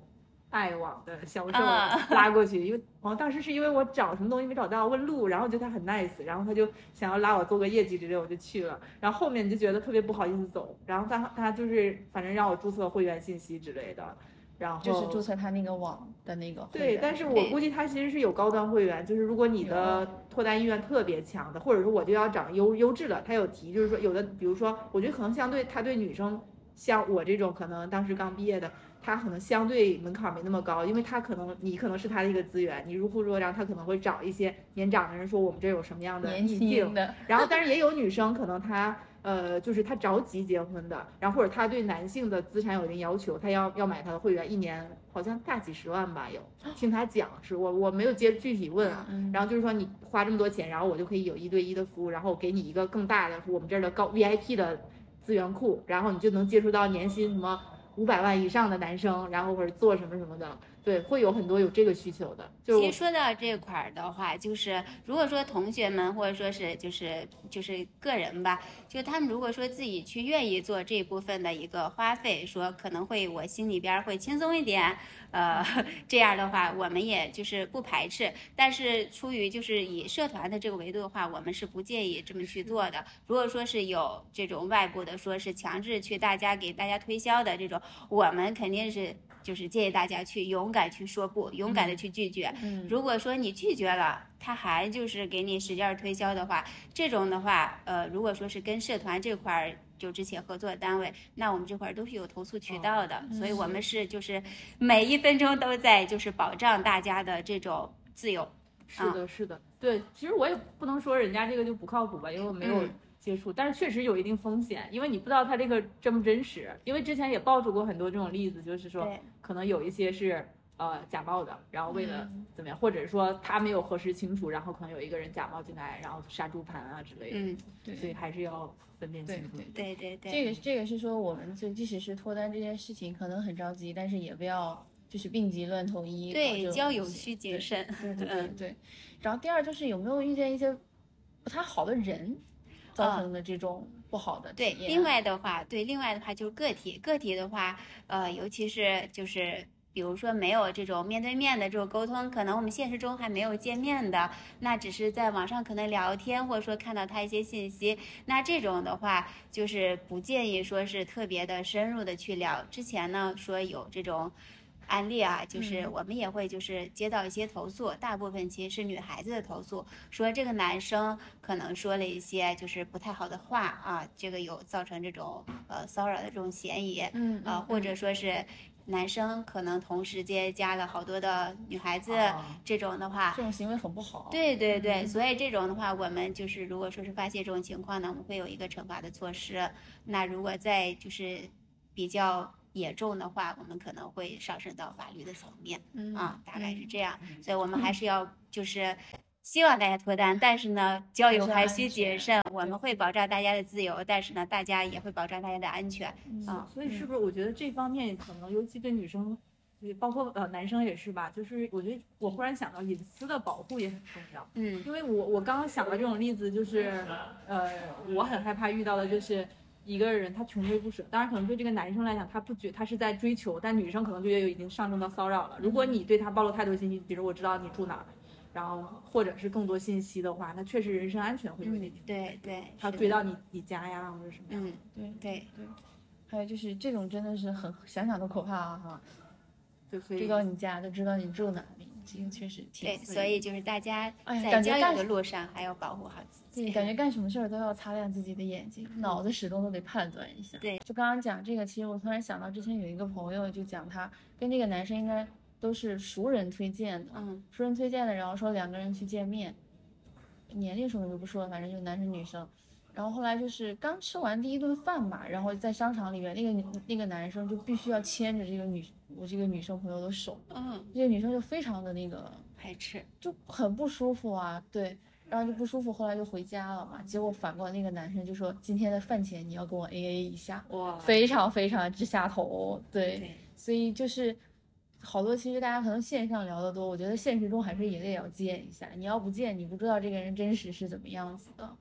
爱网的销售拉过去，因为哦当时是因为我找什么东西没找到问路，然后觉得他很 nice， 然后他就想要拉我做个业绩之类，我就去了，然后后面就觉得特别不好意思走，然后他他就是反正让我注册会员信息之类的，然后就是注册他那个网的那个对，但是我估计他其实是有高端会员，就是如果你的脱单意愿特别强的，或者说我就要找优优质的，他有提就是说有的比如说我觉得可能相对他对女生像我这种可能当时刚毕业的，他可能相对门槛没那么高，因为他可能你可能是他的一个资源，你入户之后，然后他可能会找一些年长的人说我们这有什么样的年轻的， 然后但是也有女生可能她呃就是她着急结婚的，然后或者她对男性的资产有一定要求，她要要买他的会员，一年好像大几十万吧，有听他讲是我我没有接具体问啊，然后就是说你花这么多钱，然后我就可以有一对一的服务，然后我给你一个更大的我们这儿的高 V I P 的资源库，然后你就能接触到年薪什么五百万以上的男生，然后或者做什么什么的，对，会有很多有这个需求的。就其实说到这块儿的话，就是如果说同学们或者说是就是就是个人吧，就他们如果说自己去愿意做这部分的一个花费，说可能会我心里边会轻松一点，呃，这样的话我们也就是不排斥，但是出于就是以社团的这个维度的话，我们是不介意这么去做的。如果说是有这种外部的说是强制去大家给大家推销的这种，我们肯定是就是建议大家去勇敢去说不，勇敢的去拒绝。 嗯， 如果说你拒绝了，他还就是给你使劲推销的话，这种的话，呃，如果说是跟社团这块儿就之前合作的单位，那我们这块儿都是有投诉渠道的， 嗯、 所以我们是就是每一分钟都在就是保障大家的这种自由。 是的，是的，对，其实我也不能说人家这个就不靠谱吧，因为我没有。嗯接触，但是确实有一定风险，因为你不知道他这个真不真实。因为之前也爆出过很多这种例子，就是说可能有一些是呃假冒的，然后为了怎么样，嗯、或者说他没有核实清楚，然后可能有一个人假冒进来，然后杀猪盘啊之类的。 嗯， 对，所以还是要分辨清楚。 对对对， 这个这个是说我们就即使是脱单这件事情可能很着急，但是也不要就是病急乱投医。 对，交友需谨慎。 对对对对。然后第二就是有没有遇见一些不太好的人。造成的这种不好的体验、 嗯、对，另外的话，对，另外的话就是个体，个体的话，呃，尤其是就是比如说没有这种面对面的这种沟通，可能我们现实中还没有见面的，那只是在网上可能聊天，或者说看到他一些信息，那这种的话就是不建议说是特别的深入的去聊。之前呢说有这种案例啊，就是我们也会就是接到一些投诉，大部分其实是女孩子的投诉，说这个男生可能说了一些就是不太好的话啊，这个有造成这种呃骚扰的这种嫌疑， 嗯呃或者说是男生可能同时间加了好多的女孩子，这种的话， 这种行为很不好。 对对对，所以这种的话，我们就是如果说是发现这种情况呢，我们会有一个惩罚的措施。那如果在就是比较严重的话，我们可能会上升到法律的层面， 嗯啊，大概是这样。所以我们还是要就是希望大家脱单，但是呢，交友还需谨慎。我们会保障大家的自由，但是呢，大家也会保障大家的安全。 嗯、啊，所以是不是我觉得这方面可能尤其对女生，包括呃男生也是吧，就是我觉得我忽然想到隐私的保护也很重要。 嗯， 因为我我刚刚想到这种例子，就是呃，我很害怕遇到的就是一个人他穷追不舍，当然可能对这个男生来讲他不觉他是在追求，但女生可能就有已经上升到骚扰了。如果你对他暴露太多信息，比如我知道你住哪儿，然后或者是更多信息的话，那确实人身安全会有一点、 嗯、对对， 他追到你你家呀或者什么样。 嗯，对对对。 还有就是这种真的是很想想都可怕啊哈。 就可以知道你家，都知道你住哪里，这个确实挺对，所以就是大家哎在交友的路上还要保护好自己。 感觉干什么事儿都要擦亮自己的眼睛，嗯、脑子始终都得判断一下。 对， 就刚刚讲这个，其实我突然想到之前有一个朋友就讲他跟这个男生应该都是熟人推荐的， 嗯， 熟人推荐的，然后说两个人去见面，年龄什么就不说了，反正就男生女生。然后后来就是刚吃完第一顿饭嘛，然后在商场里面，那个那个男生就必须要牵着这个女我这个女生朋友的手， 嗯， 这个女生就非常的那个排斥， 就很不舒服啊，对，然后就不舒服，后来就回家了嘛。结果反过来那个男生就说今天的饭钱你要跟我 A A 一下， 哇， 非常非常之下头，对， 对， 所以就是好多其实大家可能线上聊得多，我觉得现实中还是也得要见一下，你要不见你不知道这个人真实是怎么样子的。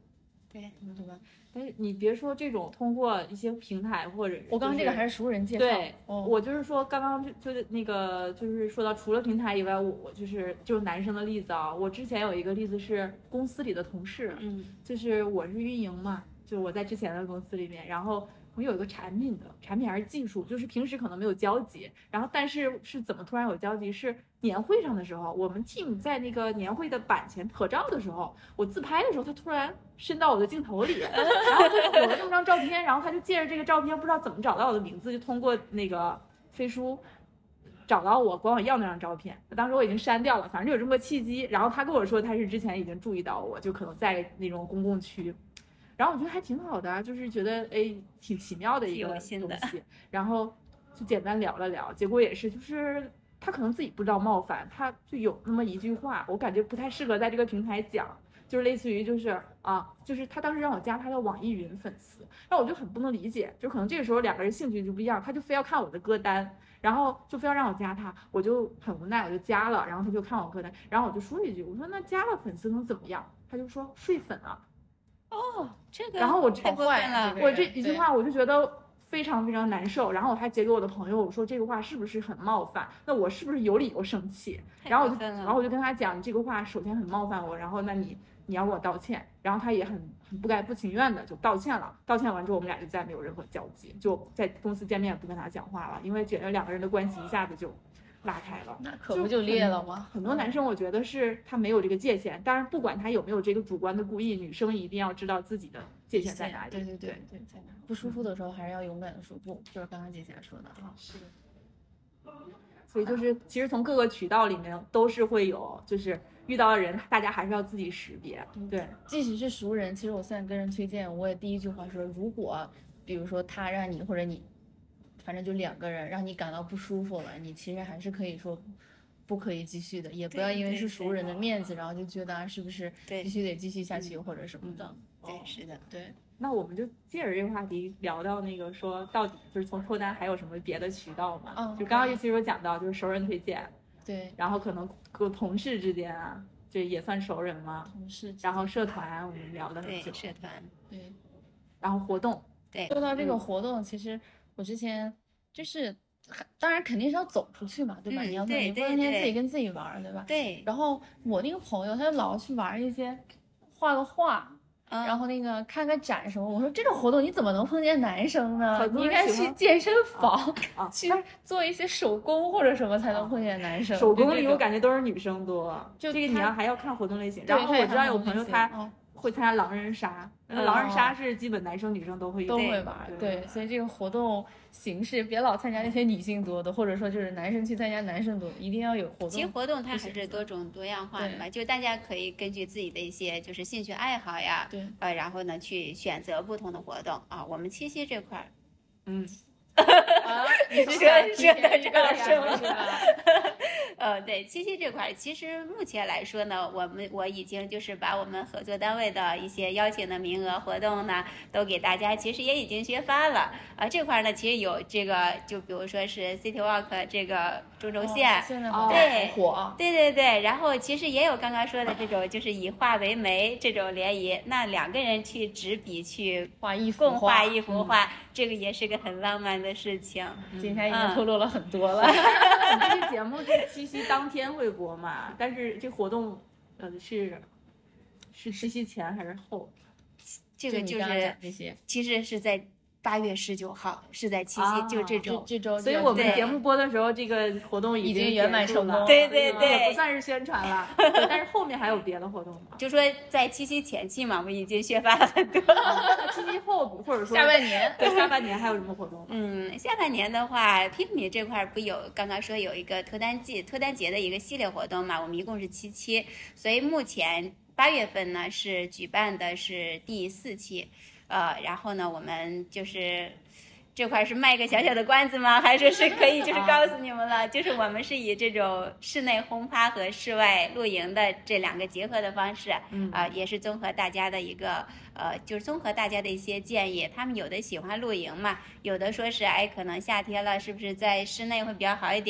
对， 对吧？ 但是你别说这种通过一些平台或者、就是， 我刚刚这个还是熟人介绍。 对， 哦、 我就是说刚刚就就是那个就是说到除了平台以外，我我就是就是男生的例子啊。我之前有一个例子是公司里的同事， 嗯， 就是我是运营嘛，就我在之前的公司里面，然后我有一个产品的产品还是技术，就是平时可能没有交集，然后但是是怎么突然有交集？是年会上的时候，我们 team 在那个年会的板前合照的时候，我自拍的时候，他突然伸到我的镜头里，然后就有了这么张照片，然后他就借着这个照片，不知道怎么找到我的名字，就通过那个飞书找到我，管我要那张照片。当时我已经删掉了，反正就有这么个契机。然后他跟我说，他是之前已经注意到我，就可能在那种公共区。然后我觉得还挺好的，就是觉得哎，挺奇妙的一个东西。然后就简单聊了聊，结果也是，就是他可能自己不知道冒犯，他就有那么一句话，我感觉不太适合在这个平台讲，就是类似于就是啊，就是他当时让我加他的网易云粉丝，然后我就很不能理解，就可能这个时候两个人兴趣就不一样，他就非要看我的歌单，然后就非要让我加他，我就很无奈，我就加了，然后他就看我歌单，然后我就说一句，我说那加了粉丝能怎么样？他就说睡粉啊。 哦，这个， 然后我太过分了， 我这一句话我就觉得非常非常难受，然后我还截给我的朋友，我说这个话是不是很冒犯？那我是不是有理由生气？然后我就，然后我就跟他讲，这个话首先很冒犯我，然后那你你要给我道歉，然后他也很很不该不情愿的就道歉了。道歉完之后，我们俩就再没有任何交集，就在公司见面不跟他讲话了，因为觉得两个人的关系一下子就拉开了， 那可不就裂了吗？ 很多男生我觉得是他没有这个界限，当然不管他有没有这个主观的故意，女生一定要知道自己的界限在哪里。 对对对对，在哪？不舒服的时候还是要勇敢的说不，就是刚刚姐姐说的啊。 是。所以就是其实从各个渠道里面都是会有，就是遇到的人，大家还是要自己识别。对， 即使是熟人，其实我现在跟人推荐，我也第一句话说，如果比如说他让你或者你。反正就两个人让你感到不舒服了，你其实还是可以说不可以继续的，也不要因为是熟人的面子，然后就觉得是不是必须得继续下去或者什么的。 对，是的， 对。 那我们就借着这个话题聊到那个说，到底就是从脱单还有什么别的渠道吗？ 嗯， 就刚刚其实有讲到，就是熟人推荐， 对， 然后可能和同事之间啊，这也算熟人吗？ 同事， 然后社团我们聊了很久， 社团， 对， 然后活动， 对， 说到这个活动，嗯、其实。我之前就是，当然肯定是要走出去嘛，对吧？ 嗯、 你要你不能天天自己跟自己玩，对吧？ 对。 然后我那个朋友，他就老去玩一些画个画， 嗯、 然后那个看个展什么。我说这种活动你怎么能碰见男生呢？ 你应该去健身房、 啊、 去做一些手工或者什么才能碰见男生。 手工里我感觉都是女生多， 就这个你要还要看活动类型。然后我知道有朋友他。 哦会参加狼人杀，那狼人杀是基本男生女生都会都会玩，对，所以这个活动形式别老参加那些女性多的，或者说就是男生去参加男生多，一定要有活动。 其实活动它还是多种多样化的嘛，就大家可以根据自己的一些就是兴趣爱好呀， 对， 呃，然后呢去选择不同的活动啊。我们七夕这块儿， 嗯， 啊，你是说说到这个是吗？是吧？ 呃，对，七夕这块，其实目前来说呢，我们我已经就是把我们合作单位的一些邀请的名额活动呢，都给大家，其实也已经宣发了。啊、呃，这块呢，其实有这个，就比如说是 City Walk 这个中轴线， 哦、现在对火， 对对对。然后其实也有刚刚说的这种，就是以画为媒这种联谊，那两个人去执笔去画一幅共画一幅画， 嗯、 这个也是个很浪漫的事情。 今天已经透露了很多了。 我们这个节目是七夕当天会播嘛，但是这活动呃是是七夕前还是后？ 这个就是其实是在八月十九号，是在七夕，啊、就这周这周。 所以我们节目播的时候，这个活动已经圆满成功。 对对对， 也不算是宣传了。但是后面还有别的活动吗？ 就说在七夕前期嘛，我们已经宣发了很多。 七夕后或者说下半年， 对下半年还有什么活动？ 嗯，下半年的话 ，Pick Me 这块不有刚刚说有一个脱单季、脱单节的一个系列活动嘛？我们一共是七期，所以目前八月份呢是举办的是第四期。呃，然后呢，我们就是这块是卖个小小的关子吗？还是是可以就是告诉你们了，就是我们是以这种室内轰趴和室外露营的这两个结合的方式， 嗯啊、呃，也是综合大家的一个呃，就是综合大家的一些建议。他们有的喜欢露营嘛，有的说是哎，可能夏天了，是不是在室内会比较好一点？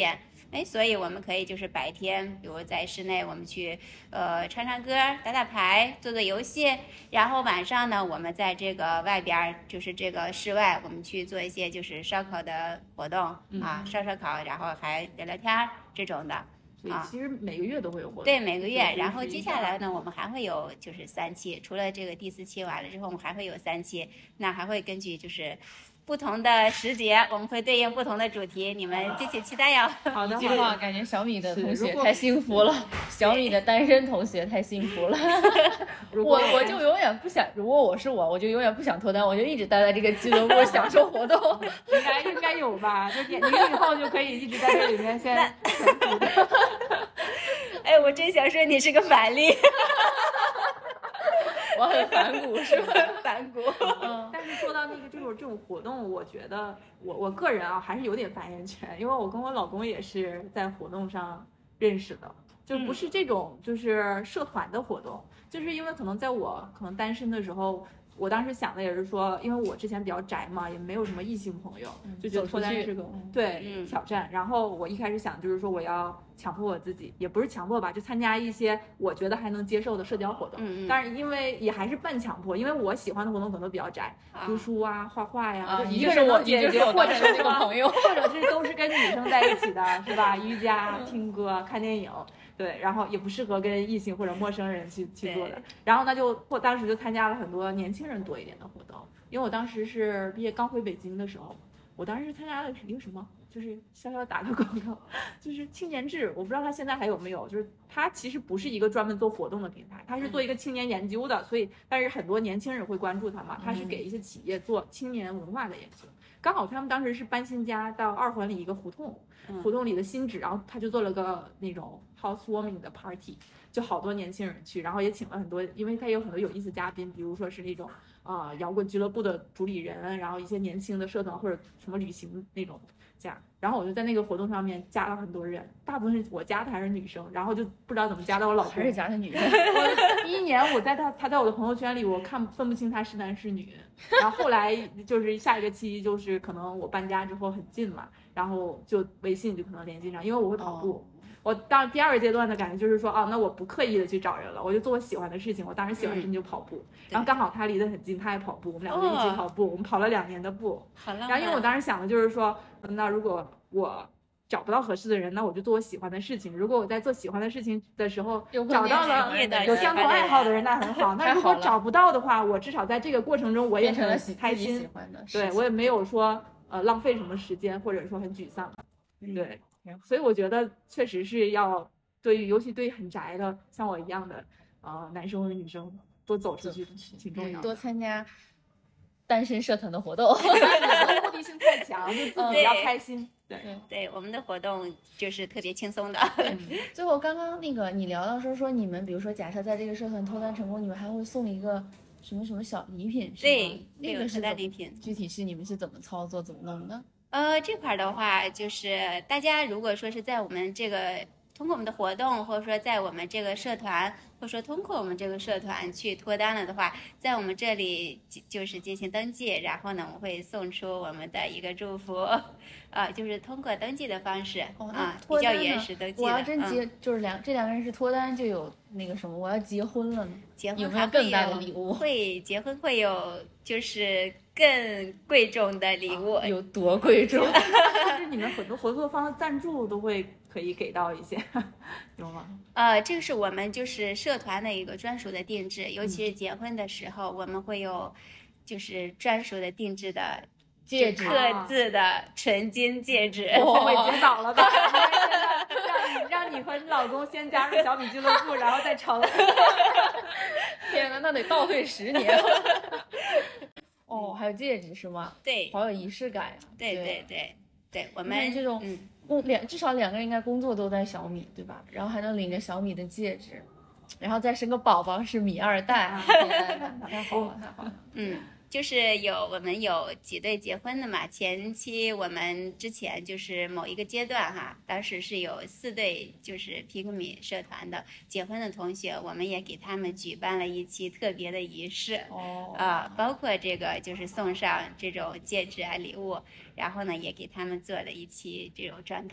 哎，所以我们可以就是白天，比如在室内我们去呃唱唱歌、打打牌、做做游戏，然后晚上呢，我们在这个外边就是这个室外，我们去做一些就是烧烤的活动、嗯、啊，烧烧烤，然后还聊聊天这种的。 对，其实每个月都会有活动。 对，每个月。然后接下来呢，我们还会有就是三期，除了这个第四期完了之后，我们还会有三期，那还会根据就是不同的时节，我们会对应不同的主题，你们敬请期待哟。 好的， 这句话感觉小米的同学太幸福了，小米的单身同学太幸福了。我我就永远不想，如果我是我，我就永远不想脱单，我就一直待在这个俱乐部享受活动。 应该应该有吧？就你你以后就可以一直在这里面先潜伏的。 哎，我真想说你是个反例。 我很反骨是吧？ 反骨。 嗯，但是说到那个这种这种活动，我觉得我我个人啊还是有点发言权，因为我跟我老公也是在活动上认识的，就不是这种就是社团的活动，嗯、就是因为可能在我可能单身的时候。我当时想的也是说，因为我之前比较宅嘛，也没有什么异性朋友，就觉得脱单是个对、嗯、挑战。然后我一开始想就是说我要强迫我自己，也不是强迫吧，就参加一些我觉得还能接受的社交活动。嗯嗯。但是因为也还是半强迫，因为我喜欢的活动可能都比较宅，啊、读书啊、画画呀， 啊、 一个是我解决， 或者是这个朋友，或者是都是跟女生在一起的，是吧？瑜伽、听歌、看电影。对，然后也不适合跟异性或者陌生人去去做的。然后那就我当时就参加了很多年轻人多一点的活动，因为我当时是毕业刚回北京的时候，我当时是参加了一个什么，就是小小打个广告，就是青年志，我不知道他现在还有没有，就是他其实不是一个专门做活动的平台，他是做一个青年研究的，所以但是很多年轻人会关注他嘛，他是给一些企业做青年文化的研究。刚好他们当时是搬新家到二环里一个胡同，胡同里的新址，然后他就做了个那种 housewarming 的 party， 就好多年轻人去，然后也请了很多，因为他有很多有意思嘉宾，比如说是那种啊、呃、摇滚俱乐部的主理人，然后一些年轻的社团或者什么旅行那种这样，然后我就在那个活动上面加了很多人，大部分是我加的还是女生，然后就不知道怎么加到我老公， 还是加的女生。 我第一年我在他他在我的朋友圈里，我看分不清他是男是女，然后后来就是下一个期就是可能我搬家之后很近嘛，然后就微信就可能联系上，因为我会跑步。哦，我当第二个阶段的感觉就是说，啊，那我不刻意的去找人了，我就做我喜欢的事情。我当时喜欢的事情就跑步，嗯、然后刚好他离得很近，他也跑步，我们两个一起跑步，哦、我们跑了两年的步。然后因为我当时想的就是说，那如果我找不到合适的人，那我就做我喜欢的事情。如果我在做喜欢的事情的时候找到了有相同爱好的人，那很好。那如果找不到的话，我至少在这个过程中我也很开心，对我也没有说呃浪费什么时间，或者说很沮丧。对。所以我觉得确实是要对于尤其对于很宅的像我一样的呃男生或者女生多走出去挺重要的， 多参加单身社团的活动。 目的性太强，就自己要开心。对对对，我们的活动就是特别轻松的。 最后刚刚那个你聊到说说你们比如说假设在这个社团脱单成功，你们还会送一个什么什么小礼品是吗？ 对， 那个是礼品， 具体是你们是怎么操作怎么弄的？ 呃，这块的话，就是大家如果说是在我们这个通过我们的活动，或者说在我们这个社团，或者说通过我们这个社团去脱单了的话，在我们这里就是进行登记，然后呢，我们会送出我们的一个祝福，呃，就是通过登记的方式、 哦、 啊，比较原始登记的。 我要真结，嗯、就是两这两个人是脱单就有那个什么，我要结婚了呢， 结婚有没有更大的礼物？ 会结婚会有就是更贵重的礼物， 啊、有多贵重？ 就是你们很多合作方的赞助都会可以给到一些，有吗？ 呃，这个是我们就是社团的一个专属的定制，尤其是结婚的时候，嗯、我们会有就是专属的定制的戒指， 刻字的纯金戒指。 我会结早了吧？让你让你和你老公先加入小米俱乐部，然后再成。 天哪，那得倒退十年。哦，还有戒指是吗？ 对， 好有仪式感呀、啊。 对对对对，我们这种工两、嗯、至少两个人应该工作都在小米，对吧？然后还能领着小米的戒指，然后再生个宝宝是米二代啊！太好了，太好了。 嗯。就是有我们有几对结婚的嘛，前期我们之前就是某一个阶段哈，当时是有四对就是 Pick Me 社团的结婚的同学，我们也给他们举办了一期特别的仪式哦，啊，包括这个就是送上这种戒指啊礼物，然后呢也给他们做了一期这种专刊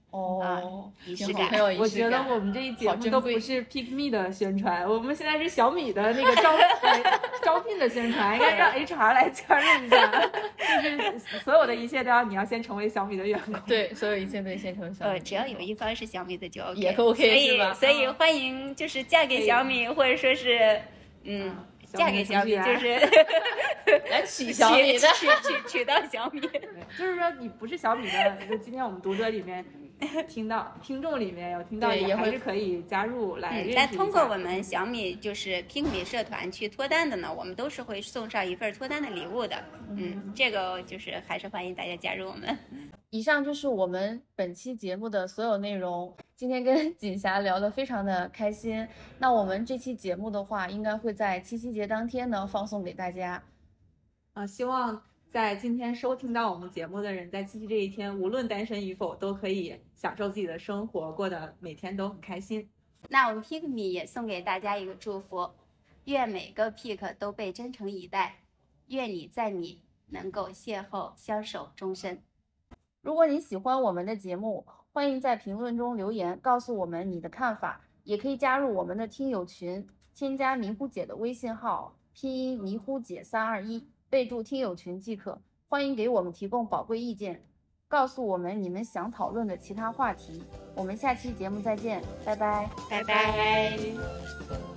哦， 仪式感。 我觉得我们这一节目都不是 Pick Me 的宣传，我们现在是小米的那个招招聘的宣传，应该让 H R 来加入一下，就是所有的一切都要你要先成为小米的员工。 对，所有一切都先成为小米。 呃，只要有一方是小米的就 OK， 也 OK 是吧？ 所以欢迎就是嫁给小米，或者说是嗯。嫁给小米就是来娶小米的， 娶娶娶到小米。 就是说你不是小米的，就今天我们读者里面听到，听众里面有听到，也还是可以加入来认识一下。 但通过我们小米就是 Pick Me 社团去脱单的呢，我们都是会送上一份脱单的礼物的。嗯，这个就是还是欢迎大家加入我们。 以上就是我们本期节目的所有内容。今天跟锦霞聊得非常的开心。那我们这期节目的话，应该会在七夕节当天呢放送给大家。 啊，希望在今天收听到我们节目的人，在七夕这一天，无论单身与否，都可以享受自己的生活，过得每天都很开心。 那我们 Pick Me 也送给大家一个祝福，愿每个 Pick 都被真诚以待，愿你在你能够邂逅相守终身。 如果你喜欢我们的节目，欢迎在评论中留言告诉我们你的看法，也可以加入我们的听友群，添加迷糊姐的微信号拼音迷糊姐三二一，备注听友群即可。欢迎给我们提供宝贵意见，告诉我们你们想讨论的其他话题。我们下期节目再见，拜拜， 拜拜。